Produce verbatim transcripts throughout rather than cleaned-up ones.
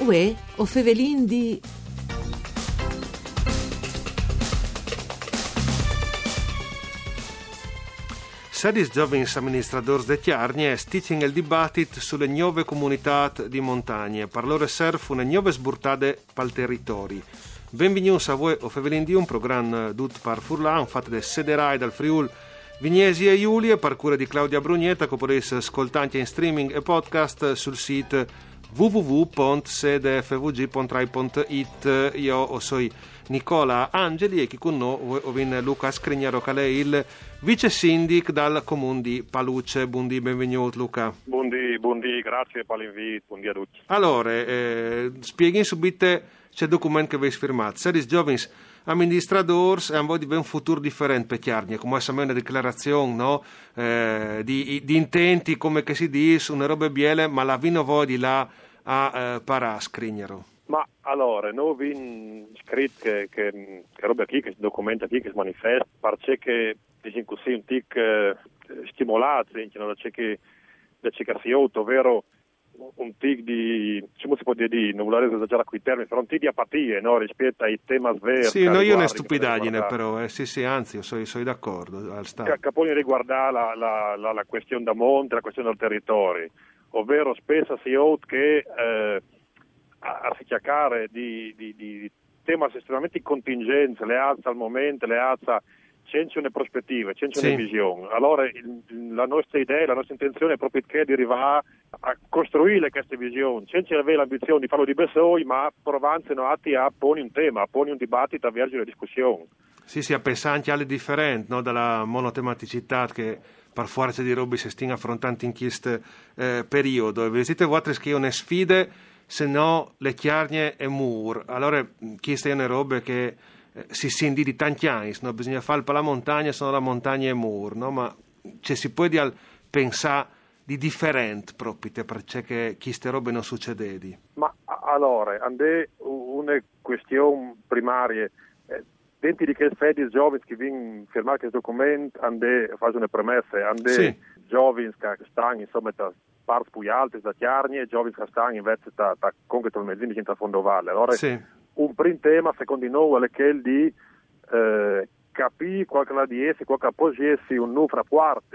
Uè, o fevelin di... Sedis giovins amministradors de Chiarnie sticin il dibatit sulle nuove comunità di montagne, per loro serve una nuove sburtade pal territori. Benvenuti a voi o fevelin di un programma dut par Furlan, fatto da Sederai dal Friul, Vignesi e Giulia, per cura di Claudia Brugnetta, che potete ascoltare in streaming e podcast sul sito w w w punto sedefvg punto rai punto it. Io sono Nicola Angeli e chi con noi è Luca Scrignaro, che è il vice sindic dal comune di Paluce. Buondì, benvenuto Luca. Buondì, buondì, grazie per l'invito, buondì a tutti. Allora, eh, spieghi subito c'è il documento che avete firmato. Sedis giovins amministradors e a voi di un futuro differente per Chiarnie, come è una dichiarazione, no? eh, di, di intenti, come che si dice, una roba biele, ma la vino voi di là a eh, Parà, Scrignaro. Ma allora, noi abbiamo scritto che, che, che roba qui, che si documenta qui, che si manifesta, perché che diciamo così un tic eh, stimolato, da c'è che da c'è che si auto, ovvero un tic di, come si può dire, non volevo esagerare qui i termini, però un tic di apatia, no, rispetto ai temi veri. Sì, no, io una stupidaggine però, eh, sì, sì, anzi, io sono, sono d'accordo. Al Che, che poi riguarda la, la, la, la questione da monte, la questione del territorio, ovvero spesso si auto che eh, a, a si chiacchiare di, di, di temi estremamente in contingenza, le alza al momento, le alza c'è una prospettiva, c'è sì. una visione. Allora il, la nostra idea, la nostra intenzione è proprio che di arrivare a costruire queste visioni, senza avere l'ambizione di farlo di Bessoi, ma provando a porre un tema, a porre un dibattito, a vergere una discussione. Sì, sì, a pensare anche alle differenti, no? Dalla monotematicità che per forza di robe si stiano affrontando in questo eh, periodo. E vedete voi che una sfide, se no le chiarnie e mur. Allora, queste sono robe che eh, si senti di tanti anni, no? Bisogna fare per la montagna, se no la montagna e mur, no? Ma cioè, si può dire, pensare di differente proprio, perché queste robe non succedevano. Ma allora, andè una questione primaria. Eh, dentro di che fedi giovani che vengono a firmare questo documento, andè, faccio una premessa, andè sì. Giovani che stanno, insomma, da parti più alte, da Chiarnie, e giovani che stanno invece da, da Conqueto il Mezzini, in Fondovalle. Allora, sì. Un primo tema, secondo noi, è quello di eh, capire qualche di essi, qualche appoggiarsi un nuovo rapporto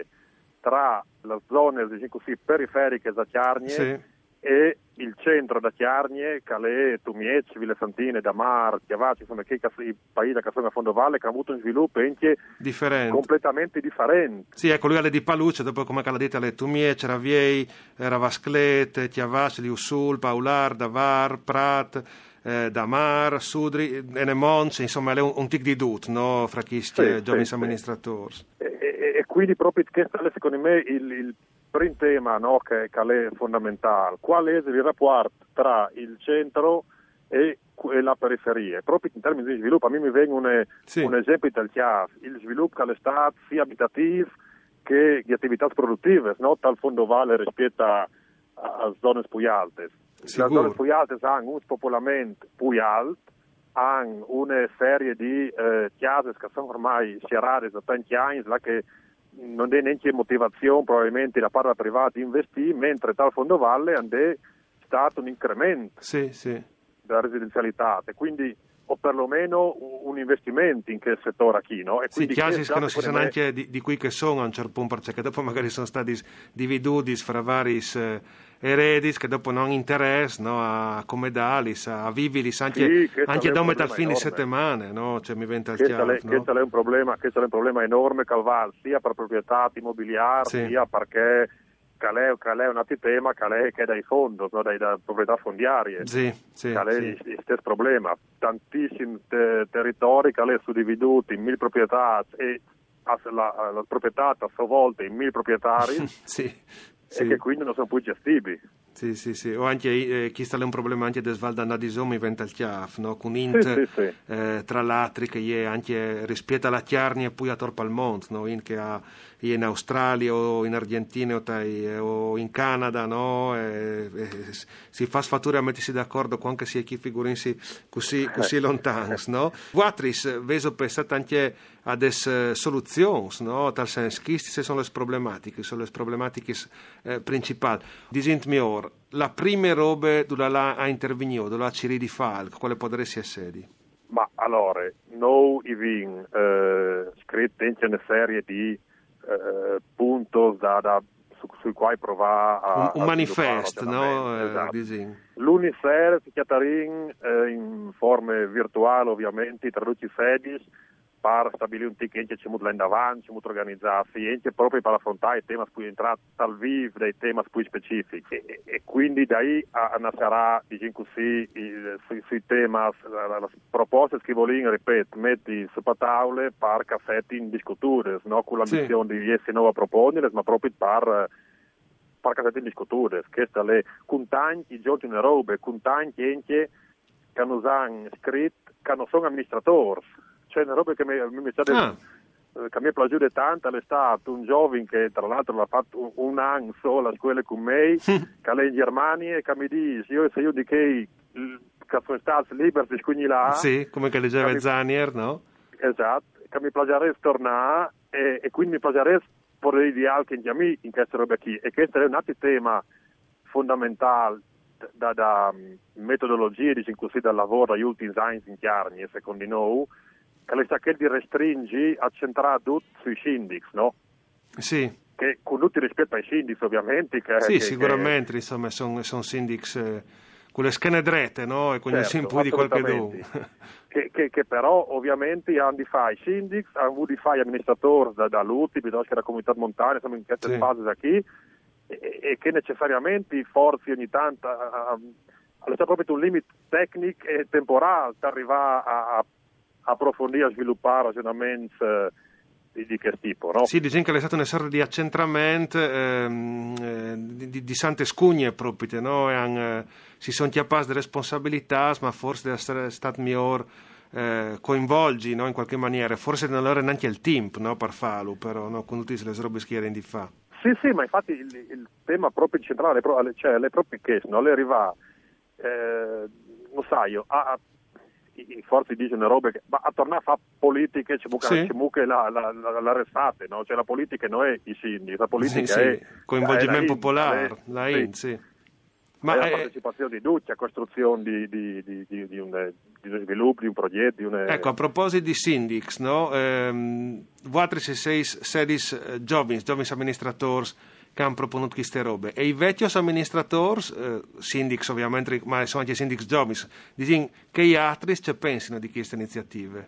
tra le zone diciamo così, periferiche da Chiarnie sì. e il centro da Chiarnie, Calais, Tumiec, Ville Santine, Damar, Chiavaci, insomma, che i paesi che sono a Fondovalle che hanno avuto un sviluppo anche differente. completamente differente. Sì, ecco, lui ha le di Paluce, dopo come l'ha detto, le Tumiec, Raviei, Ravasclet, Chiavaci, Liusul, Paular, Davar, Prat, eh, Damar, Sudri, Enemonce, insomma, è un, un tic di dut, no, fra chi sì, giovani sì, amministratori. Sì. E, e, e quindi proprio questo è secondo me il, il primo tema, no, che, che è fondamentale. Qual è il rapporto tra il centro e, e la periferia? Proprio in termini di sviluppo, a me mi viene un, sì. un esempio del chiaro, il sviluppo che è stato sia abitativo che di attività produttive, no, dal Fondovalle rispetto a, a zone più alte. Le zone più alte hanno un spopolamento più alto, hanno una serie di eh, case che sono ormai sierrate da tanti anni, là che non è neanche motivazione probabilmente da parte privata di investire, mentre dal Fondovalle è stato un incremento sì, sì. della residenzialità, e quindi o perlomeno un investimento in quel settore qui, no? E sì, chiaro che non si sanno me... anche di, di qui che sono a un certo punto, perché dopo magari sono stati dividuti fra vari eh, eredi che dopo non interessano, no? A come dalis, a vivilis, anche, sì, anche da metà fine di settimane, no? Cioè mi venta il chiaro. Questo no? è un problema, questo è un problema enorme che va sia per proprietà immobiliari, sì. sia perché Calais, Calais è un altro tema, Calais che è dai fondi, no? dai, da proprietà fondiarie. Sì, sì, Calais sì. è lo stesso problema. Tantissimi te- territori Calais suddividuti in mille proprietà e la, la, la proprietà a sua volta in mille proprietari sì, e sì. che quindi non sono più gestibili. Sì, sì, sì. O anche eh, chi sta è un problema anche del Sval d'Annadison mi venta il chiaf, no? Con int sì, sì, sì. Eh, tra l'altro che è anche rispetto alla Chiarnie e poi a Torpalmont, no? In che ha in Australia o in Argentina o, tai, o in Canada, no? E, e, si fa sfatture a mettersi d'accordo anche se chi figurinsi così, così lontani, no? Vuatris, veso pensate anche a des soluzioni, no? Tal senso, queste sono le problematiche, sono le problematiche eh, principali. Disint miglior, la prima robe dove la ha intervenuto, dove la Ciri di Falk, quale potresti essere? Ma allora, noi abbiamo eh, scritto anche una serie di eh, punti da, da, su, sui quali provare a... Un, un a manifesto, no? Esatto. Eh, Lunedì sera si chiatarin eh, in forma virtuale ovviamente, traduci sedi, per stabilire un ticket che ci muovono in avanti, ci muovono organizzarsi, e proprio per affrontare i temi più entrati dal vivo, dei temi più specifici. E, e quindi da lì nascerà, diciamo così, sui, sui temi, le proposte che vogliono, ripeto, metti su tavole per cassetti in discutere, no? Con l'ambizione sì. di essere nuove proponere, ma proprio per... per cassetti in discutere. Queste le contanti, giorni in robe, contanti anche che hanno scritto, che non sono amministratori. C'è una roba che mi, mi, ah. che mi è piaciuta tanto, è stato un giovane che tra l'altro l'ha fatto un, un anno solo a scuola con me, che è in Germania e che mi dice, io se io di che che sono stati liberi di scugni là. Sì, come che leggeva Zanier, no? Esatto, che mi piacerebbe tornare e, e quindi mi piacerebbe porre di anche in me in queste robe qui. E questo è un altro tema fondamentale da, da metodologie, diciamo così, dal lavoro dagli ultimi anni in chiarni, secondo noi, che le sacche di restringi a centrare tutto sui sindici, no? Sì. Che con tutti rispetto ai sindici, ovviamente. Che, sì, che, sicuramente, che... insomma, sono son sindici eh, con le schene dritte, no? E con certo, il simpo di qualche do. che, che, che però, ovviamente, hanno di fare i sindici, hanno di fare gli amministratori da, da Lutti, piuttosto che la comunità montana, insomma, in queste sì. fasi da qui, e, e che necessariamente forzi ogni tanto a, a, c'è proprio un limite tecnico e temporale per arrivare a, a approfondire, a sviluppare ragionamenti eh, di, di che tipo, no? Sì, diciamo che è stato una sorta di accentramento ehm, eh, di, di sante scugne proprio, no? E han, eh, si sono chiappati di responsabilità, ma forse deve essere stato miglior eh, coinvolgi, no? In qualche maniera, forse non era neanche il team, no? Per farlo, però, no? Con tutte le robe che erano di fa. Sì, sì, ma infatti il, il tema proprio centrale, cioè le proprie case, no? Le arriva, eh, non sai io, a i forzi dicono robe che, ma a tornare a fare politiche ci mucca, sì. ci mucca la, la, la, la restate, no? Cioè la politica non è i sindaci, la politica sì, è sì. coinvolgimento è popolare, è, la I N, sì. sì. Ma è la partecipazione di tutti, la costruzione di, di, di, di, di, un, di uno sviluppo, di un progetto. Di un... Ecco, a proposito di sindics, no? Ehm, voi sei sedis giovani, giovani amministratori che hanno proponuto queste robe. E i vecchi amministratori, eh, sindics ovviamente, ma sono anche sindics giovani, dicono che gli altri ci pensano di queste iniziative?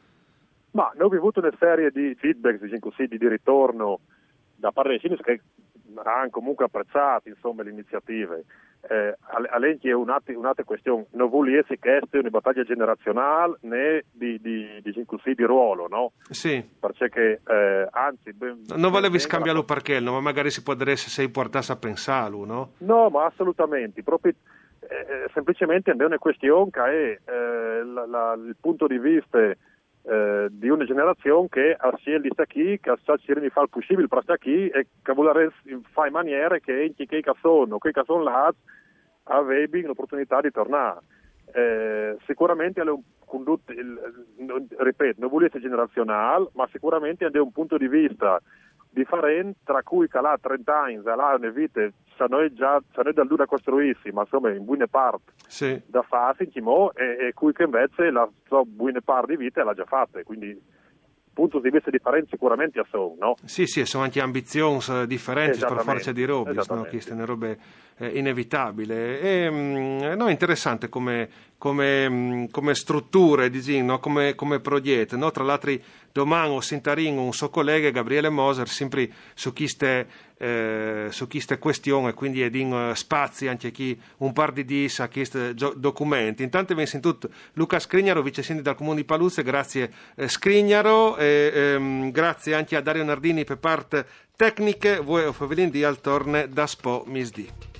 Ma noi abbiamo avuto una serie di feedback, diciamo così, di, di ritorno da parte dei sindaci che hanno comunque apprezzato, insomma, le iniziative. Eh, All'enchi è un'altra, un'altra questione, non vuole essere che sia una battaglia generazionale né di, di, diciamo così, di ruolo, no? Sì. Perché, eh, anzi... Ben, non volevi scambiarlo la... perché, no? Ma magari si può dire se sei portato a pensarlo, no? No, ma assolutamente, proprio eh, semplicemente è una questione che è eh, la, la, il punto di vista eh, di una generazione che ha scelto sta qui, che ha cercato di fare il possibile per sta qui e che vuole fare in maniera che chi che sono, che sono là, avrebbero l'opportunità di tornare. Eh, sicuramente è un condotto, ripeto, non vuole essere generazionale, ma sicuramente è un punto di vista differente, tra cui che là trenta anni, là una vita, sa noi già, sa noi dal da costruirsi, ma insomma in buona parte sì. da farsi in Cimo, e, e cui che invece la sua buona parte di vita l'ha già fatta, quindi punti di vista differenti sicuramente sono, no? Sì, sì, sono anche ambizioni differenti per forza di robe, no? Che sono robe eh, inevitabili. E, mh, no, è interessante come, come, mh, come strutture, diciamo, no? come, come progetto, no? Tra l'altro domani ho sentato un suo collega, Gabriele Moser, sempre su queste eh, su queste questioni, e quindi è in uh, spazi anche chi un par di dis a questi gio- documenti. Intanto vi sentito Luca Scrignaro, vice sindaco del Comune di Paluzzo, grazie eh, Scrignaro, e ehm, grazie anche a Dario Nardini per parte tecniche, voi o Favelin di Altorne da Spo Misdi.